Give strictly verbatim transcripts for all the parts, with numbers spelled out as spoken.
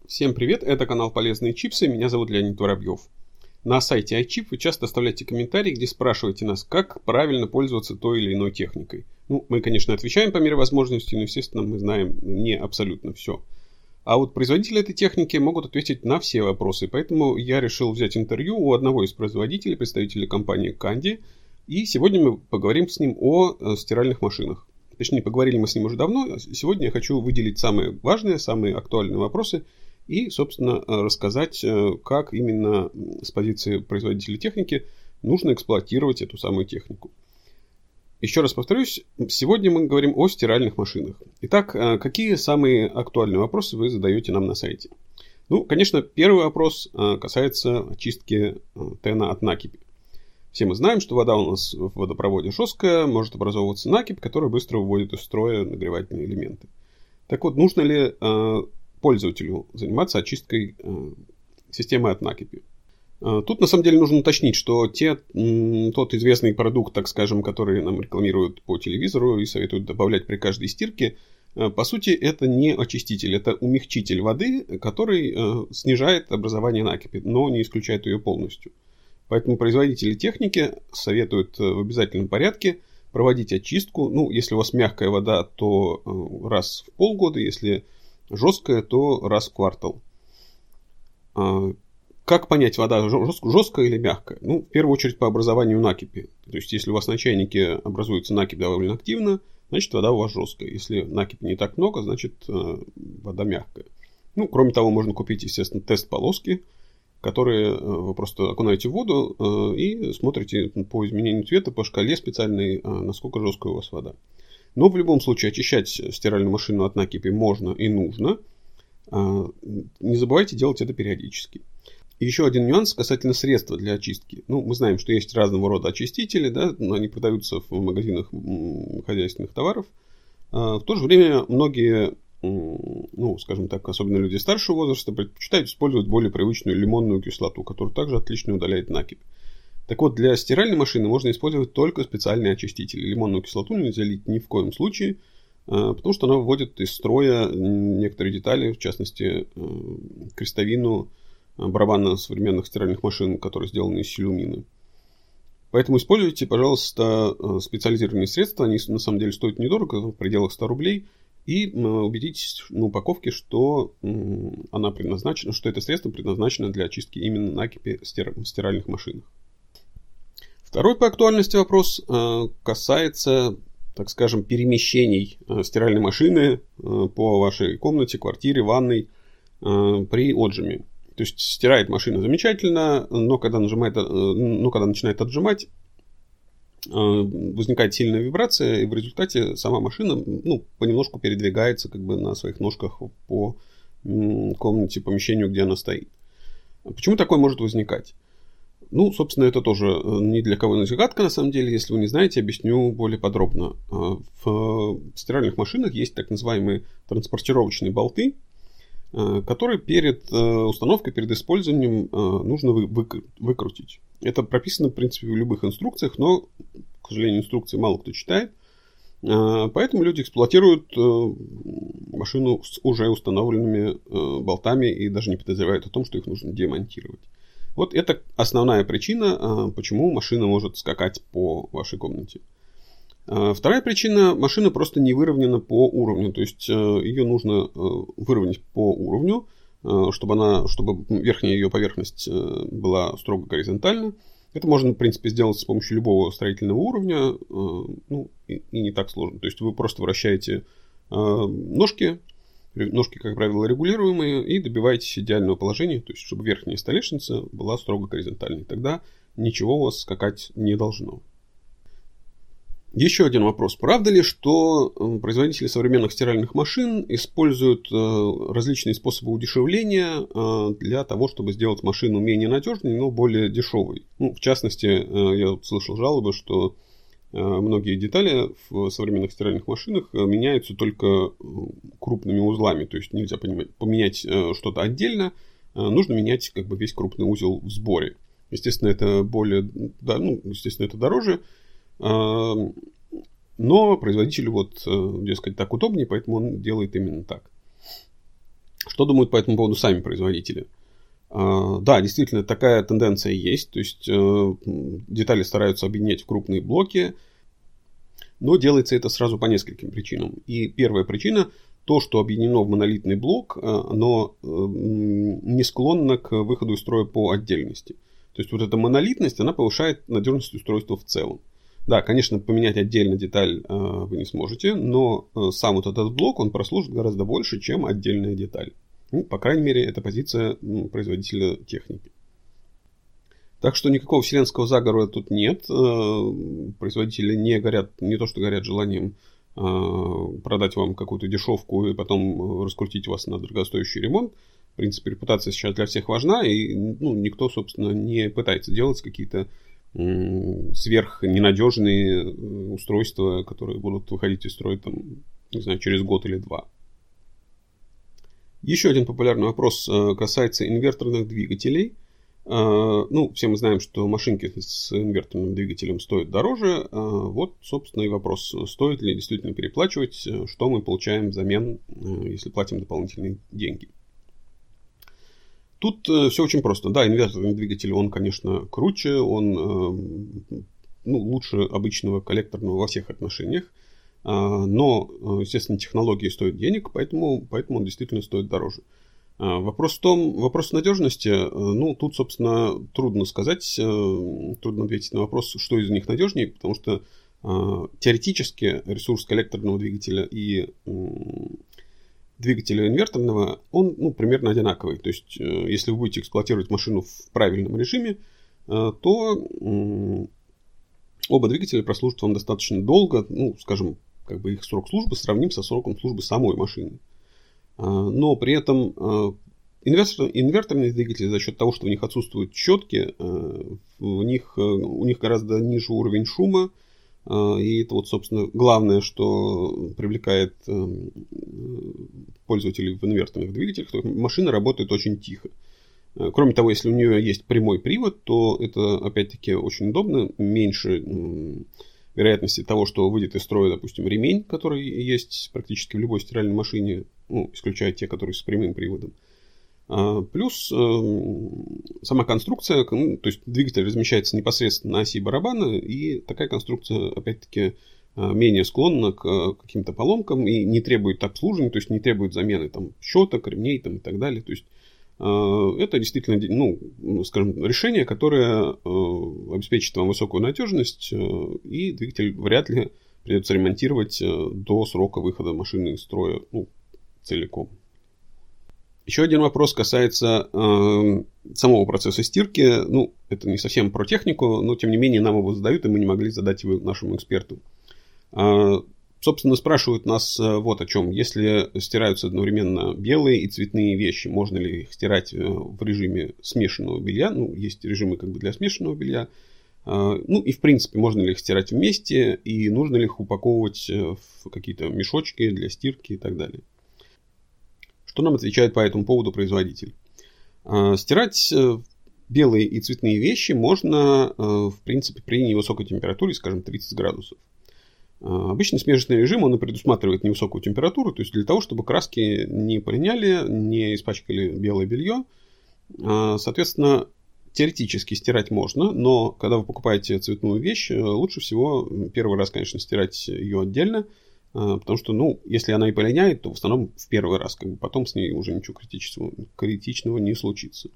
Всем привет, это канал Полезные чипсы, меня зовут Леонид Воробьев. На сайте iChip вы часто оставляете комментарии, где спрашиваете нас, как правильно пользоваться той или иной техникой. Ну, мы, конечно, отвечаем по мере возможности, но, естественно, мы знаем не абсолютно все. А вот производители этой техники могут ответить на все вопросы, поэтому я решил взять интервью у одного из производителей, представителя компании Candy, и сегодня мы поговорим с ним о стиральных машинах. Точнее, поговорили мы с ним уже давно, а сегодня я хочу выделить самые важные, самые актуальные вопросы и, собственно, рассказать, как именно с позиции производителя техники нужно эксплуатировать эту самую технику. Еще раз повторюсь, сегодня мы говорим о стиральных машинах. Итак, какие самые актуальные вопросы вы задаете нам на сайте? Ну, конечно, первый вопрос касается очистки тена от накипи. Все мы знаем, что вода у нас в водопроводе жесткая, может образовываться накипь, которая быстро выводит из строя нагревательные элементы. Так вот, нужно ли пользователю заниматься очисткой э, системы от накипи? Э, тут на самом деле нужно уточнить, что те, м, тот известный продукт, так скажем, который нам рекламируют по телевизору и советуют добавлять при каждой стирке, э, по сути это не очиститель, это умягчитель воды, который э, снижает образование накипи, но не исключает ее полностью. Поэтому производители техники советуют в обязательном порядке проводить очистку. Ну, если у вас мягкая вода, то э, раз в полгода, если жесткая, то раз в квартал. Как понять, вода жесткая или мягкая? Ну, в первую очередь по образованию накипи. То есть, если у вас на чайнике образуется накипь довольно активно, значит, вода у вас жесткая. Если накипи не так много, значит, вода мягкая. Ну, кроме того, можно купить, естественно, тест-полоски, которые вы просто окунаете в воду и смотрите по изменению цвета по шкале специальной, насколько жесткая у вас вода. Но в любом случае очищать стиральную машину от накипи можно и нужно. Не забывайте делать это периодически. И еще один нюанс касательно средства для очистки. Ну, мы знаем, что есть разного рода очистители, да, они продаются в магазинах хозяйственных товаров. В то же время многие, ну, скажем так, особенно люди старшего возраста, предпочитают использовать более привычную лимонную кислоту, которая также отлично удаляет накипь. Так вот, для стиральной машины можно использовать только специальные очистители. Лимонную кислоту нельзя лить ни в коем случае, потому что она выводит из строя некоторые детали, в частности, крестовину барабана современных стиральных машин, которые сделаны из силумина. Поэтому используйте, пожалуйста, специализированные средства. Они на самом деле стоят недорого, в пределах ста рублей. И убедитесь на упаковке, что она предназначена, что это средство предназначено для очистки именно накипи в стиральных машинах. Второй по актуальности вопрос э, касается, так скажем, перемещений э, стиральной машины э, по вашей комнате, квартире, ванной э, при отжиме. То есть стирает машина замечательно, но когда, нажимает, э, но когда начинает отжимать, э, возникает сильная вибрация, и в результате сама машина ну, понемножку передвигается как бы, на своих ножках по э, комнате, помещению, где она стоит. Почему такое может возникать? Ну, собственно, это тоже ни для кого не загадка, на самом деле. Если вы не знаете, объясню более подробно. В стиральных машинах есть так называемые транспортировочные болты, которые перед установкой, перед использованием нужно выкрутить. Это прописано, в принципе, в любых инструкциях, но, к сожалению, инструкции мало кто читает. Поэтому люди эксплуатируют машину с уже установленными болтами и даже не подозревают о том, что их нужно демонтировать. Вот это основная причина, почему машина может скакать по вашей комнате. Вторая причина – машина просто не выровнена по уровню. То есть ее нужно выровнять по уровню, чтобы, она, чтобы верхняя ее поверхность была строго горизонтальна. Это можно, в принципе, сделать с помощью любого строительного уровня, ну, и, и не так сложно. То есть вы просто вращаете ножки, ножки, как правило, регулируемые, и добиваетесь идеального положения, то есть чтобы верхняя столешница была строго горизонтальной. Тогда ничего у вас скакать не должно. Еще один вопрос. Правда ли, что производители современных стиральных машин используют различные способы удешевления для того, чтобы сделать машину менее надежной, но более дешевой? Ну, в частности, я слышал жалобы, что многие детали в современных стиральных машинах меняются только крупными узлами. То есть нельзя поменять что-то отдельно, нужно менять как бы весь крупный узел в сборе. Естественно, это более, да, ну, естественно, это дороже. Но производителю, вот, дескать, так удобнее, поэтому он делает именно так. Что думают по этому поводу сами производители? Да, действительно, такая тенденция есть. То есть детали стараются объединять в крупные блоки, но делается это сразу по нескольким причинам. И первая причина – то, что объединено в монолитный блок, оно не склонно к выходу из строя по отдельности. То есть вот эта монолитность, она повышает надежность устройства в целом. Да, конечно, поменять отдельно деталь вы не сможете, но сам вот этот блок, он прослужит гораздо больше, чем отдельная деталь. Ну, по крайней мере, это позиция производителя техники. Так что никакого вселенского заговора тут нет. Производители не горят, не то что горят желанием продать вам какую-то дешевку и потом раскрутить вас на дорогостоящий ремонт. В принципе, репутация сейчас для всех важна, и ну, никто, собственно, не пытается делать какие-то сверхненадежные устройства, которые будут выходить из строя там, не знаю, через год или два. Еще один популярный вопрос касается инверторных двигателей. Ну, все мы знаем, что машинки с инверторным двигателем стоят дороже. Вот, собственно, и вопрос, стоит ли действительно переплачивать, что мы получаем взамен, если платим дополнительные деньги. Тут все очень просто. Да, инверторный двигатель, он, конечно, круче, он ну, лучше обычного коллекторного во всех отношениях. Но, естественно, технологии стоят денег, поэтому, поэтому он действительно стоит дороже. Вопрос в том, вопрос надежности, ну, тут, собственно, трудно сказать, трудно ответить на вопрос, что из них надежнее, потому что теоретически ресурс коллекторного двигателя и двигателя инверторного, он ну, примерно одинаковый. То есть, если вы будете эксплуатировать машину в правильном режиме, то оба двигателя прослужат вам достаточно долго, ну, скажем, как бы их срок службы сравним со сроком службы самой машины. Но при этом инверторные двигатели за счет того, что в них отсутствуют щетки, в них, у них гораздо ниже уровень шума. И это вот, собственно, главное, что привлекает пользователей в инверторных двигателях. Машина работает очень тихо. Кроме того, если у нее есть прямой привод, то это, опять-таки, очень удобно. Меньше вероятности того, что выйдет из строя, допустим, ремень, который есть практически в любой стиральной машине, ну, исключая те, которые с прямым приводом. Плюс сама конструкция, ну, то есть двигатель размещается непосредственно на оси барабана, и такая конструкция, опять-таки, менее склонна к каким-то поломкам и не требует обслуживания, то есть не требует замены там, щеток, ремней там, и так далее. То есть это действительно, ну, скажем, решение, которое обеспечит вам высокую надежность, и двигатель вряд ли придется ремонтировать до срока выхода машины из строя, ну, целиком. Еще один вопрос касается э, самого процесса стирки. Ну, это не совсем про технику, но тем не менее нам его задают, и мы не могли задать его нашему эксперту. Э, собственно, спрашивают нас э, вот о чем. Если стираются одновременно белые и цветные вещи, можно ли их стирать э, в режиме смешанного белья? Ну, есть режимы как бы для смешанного белья. Э, ну, и в принципе, можно ли их стирать вместе, и нужно ли их упаковывать в какие-то мешочки для стирки и так далее. Что нам отвечает по этому поводу производитель? Стирать белые и цветные вещи можно, в принципе, при невысокой температуре, скажем, тридцать градусов. Обычно смешанный режим, он и предусматривает невысокую температуру, то есть для того, чтобы краски не полиняли, не испачкали белое белье. Соответственно, теоретически стирать можно, но когда вы покупаете цветную вещь, лучше всего первый раз, конечно, стирать ее отдельно. Потому что, ну, если она и полиняет, то в основном в первый раз, как бы потом с ней уже ничего критичного, критичного не случится.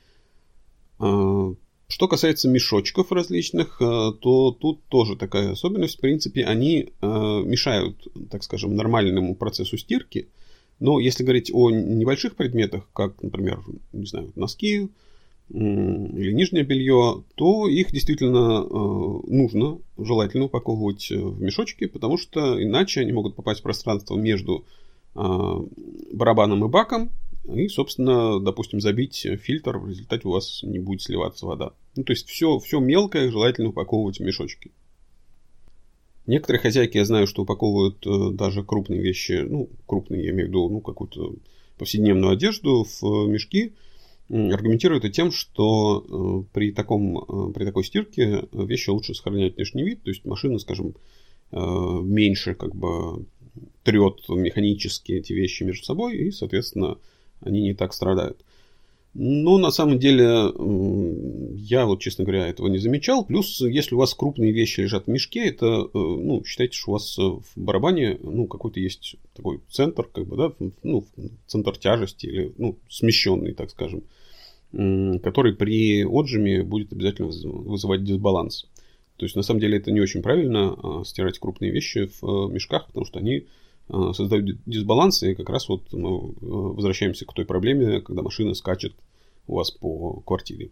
Что касается мешочков различных, то тут тоже такая особенность. В принципе, они мешают, так скажем, нормальному процессу стирки. Но если говорить о небольших предметах, как, например, не знаю, носки или нижнее белье, то их действительно нужно, желательно упаковывать в мешочки, потому что иначе они могут попасть в пространство между барабаном и баком, и, собственно, допустим, забить фильтр, в результате у вас не будет сливаться вода. Ну, то есть, все, все мелкое желательно упаковывать в мешочки. Некоторые хозяйки, я знаю, что упаковывают даже крупные вещи, ну, крупные, я имею в виду, ну, какую-то повседневную одежду в мешки, аргументируют это тем, что при, таком, при такой стирке вещи лучше сохранять внешний вид, то есть машина, скажем, меньше как бы трет механически эти вещи между собой, и, соответственно, они не так страдают. Но на самом деле я вот, честно говоря, этого не замечал. Плюс, если у вас крупные вещи лежат в мешке, это, ну, считайте, что у вас в барабане, ну, какой-то есть такой центр, как бы, да, ну, центр тяжести или, ну, смещенный, так скажем, который при отжиме будет обязательно вызывать дисбаланс. То есть, на самом деле, это не очень правильно стирать крупные вещи в мешках, потому что они создают дисбаланс, и как раз вот мы возвращаемся к той проблеме, когда машина скачет у вас по квартире.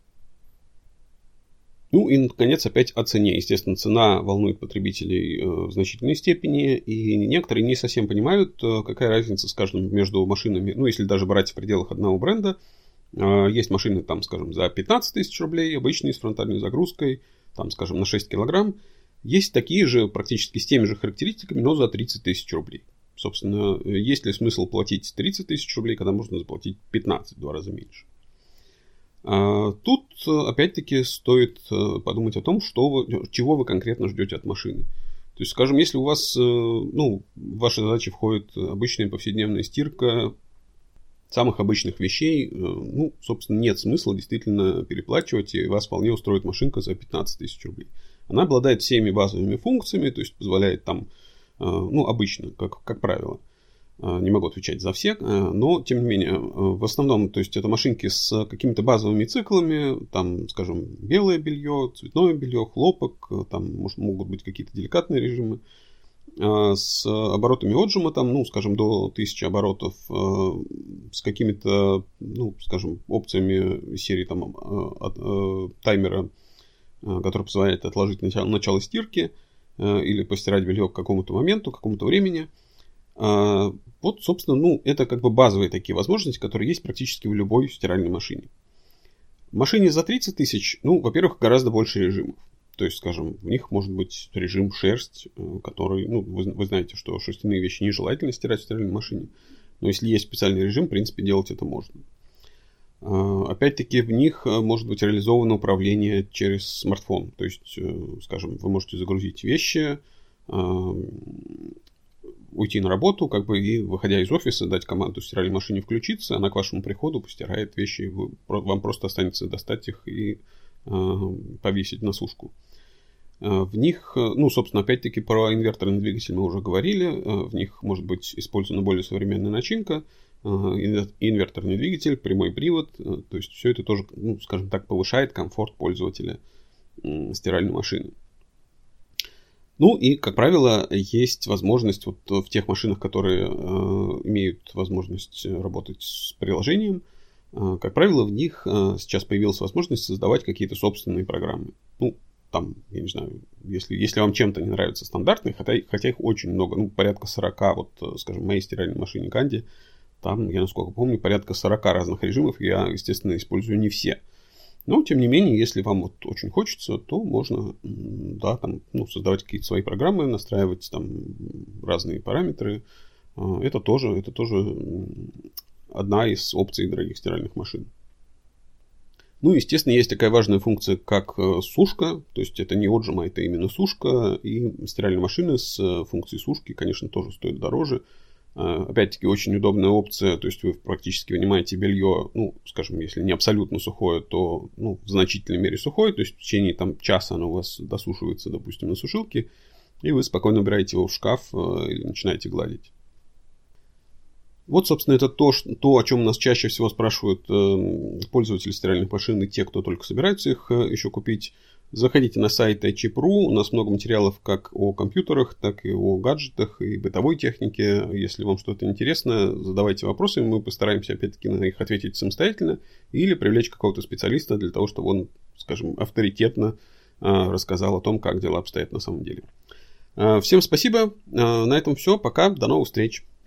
Ну и, наконец, опять о цене. Естественно, цена волнует потребителей в значительной степени, и некоторые не совсем понимают, какая разница, скажем, между машинами, ну, если даже брать в пределах одного бренда. Есть машины, там, скажем, за пятнадцать тысяч рублей, обычные, с фронтальной загрузкой, там, скажем, на шесть килограмм. Есть такие же, практически с теми же характеристиками, но за тридцать тысяч рублей. Собственно, есть ли смысл платить тридцать тысяч рублей, когда можно заплатить пятнадцать, в два раза меньше? Тут, опять-таки, стоит подумать о том, что вы, чего вы конкретно ждете от машины. То есть, скажем, если у вас, ну, в ваши задачи входит обычная повседневная стирка самых обычных вещей, ну, собственно, нет смысла действительно переплачивать, и вас вполне устроит машинка за пятнадцать тысяч рублей. Она обладает всеми базовыми функциями, то есть позволяет там, ну, обычно, как, как правило, не могу отвечать за все, но, тем не менее, в основном, то есть это машинки с какими-то базовыми циклами, там, скажем, белое белье, цветное белье, хлопок, там может, могут быть какие-то деликатные режимы, с оборотами отжима, там, ну, скажем, до тысячи оборотов, с какими-то, ну, скажем, опциями серии там, от, таймера, который позволяет отложить начало, начало стирки или постирать белье к какому-то моменту, к какому-то времени. Вот, собственно, ну, это как бы базовые такие возможности, которые есть практически в любой стиральной машине. В машине за тридцать тысяч, ну, во-первых, гораздо больше режимов. То есть, скажем, в них может быть режим шерсть, который, ну, вы, вы знаете, что шерстяные вещи нежелательно стирать в стиральной машине. Но если есть специальный режим, в принципе, делать это можно. Опять-таки, в них может быть реализовано управление через смартфон. То есть, скажем, вы можете загрузить вещи, уйти на работу, как бы, и, выходя из офиса, дать команду стиральной машине включиться, она к вашему приходу постирает вещи, и вы, вам просто останется достать их и повесить на сушку. В них, ну, собственно, опять-таки, про инверторный двигатель мы уже говорили. В них может быть использована более современная начинка, инверторный двигатель, прямой привод. То есть, все это тоже, ну, скажем так, повышает комфорт пользователя стиральной машины. Ну, и, как правило, есть возможность вот в тех машинах, которые имеют возможность работать с приложением, как правило, в них сейчас появилась возможность создавать какие-то собственные программы. Ну, там, я не знаю, если, если вам чем-то не нравятся стандартные, хотя, хотя их очень много, ну, порядка сорок, вот, скажем, в моей стиральной машине Канди, там, я насколько помню, порядка сорок разных режимов, я, естественно, использую не все. Но, тем не менее, если вам вот очень хочется, то можно, да, там, ну, создавать какие-то свои программы, настраивать там разные параметры. Это тоже, это тоже одна из опций дорогих стиральных машин. Ну, естественно, есть такая важная функция, как сушка. То есть, это не отжим, а это именно сушка. И стиральные машины с функцией сушки, конечно, тоже стоят дороже. Опять-таки, очень удобная опция. То есть, вы практически вынимаете белье, ну, скажем, если не абсолютно сухое, то, ну, в значительной мере сухое. То есть, в течение там, часа оно у вас досушивается, допустим, на сушилке. И вы спокойно убираете его в шкаф или начинаете гладить. Вот, собственно, это то, то, о чем нас чаще всего спрашивают э, пользователи стиральных машин и те, кто только собираются их э, еще купить. Заходите на сайт ай чип точка ру, у нас много материалов как о компьютерах, так и о гаджетах и бытовой технике. Если вам что-то интересно, задавайте вопросы, мы постараемся, опять-таки, на них ответить самостоятельно или привлечь какого-то специалиста для того, чтобы он, скажем, авторитетно э, рассказал о том, как дела обстоят на самом деле. Э, всем спасибо, э, на этом все, пока, до новых встреч.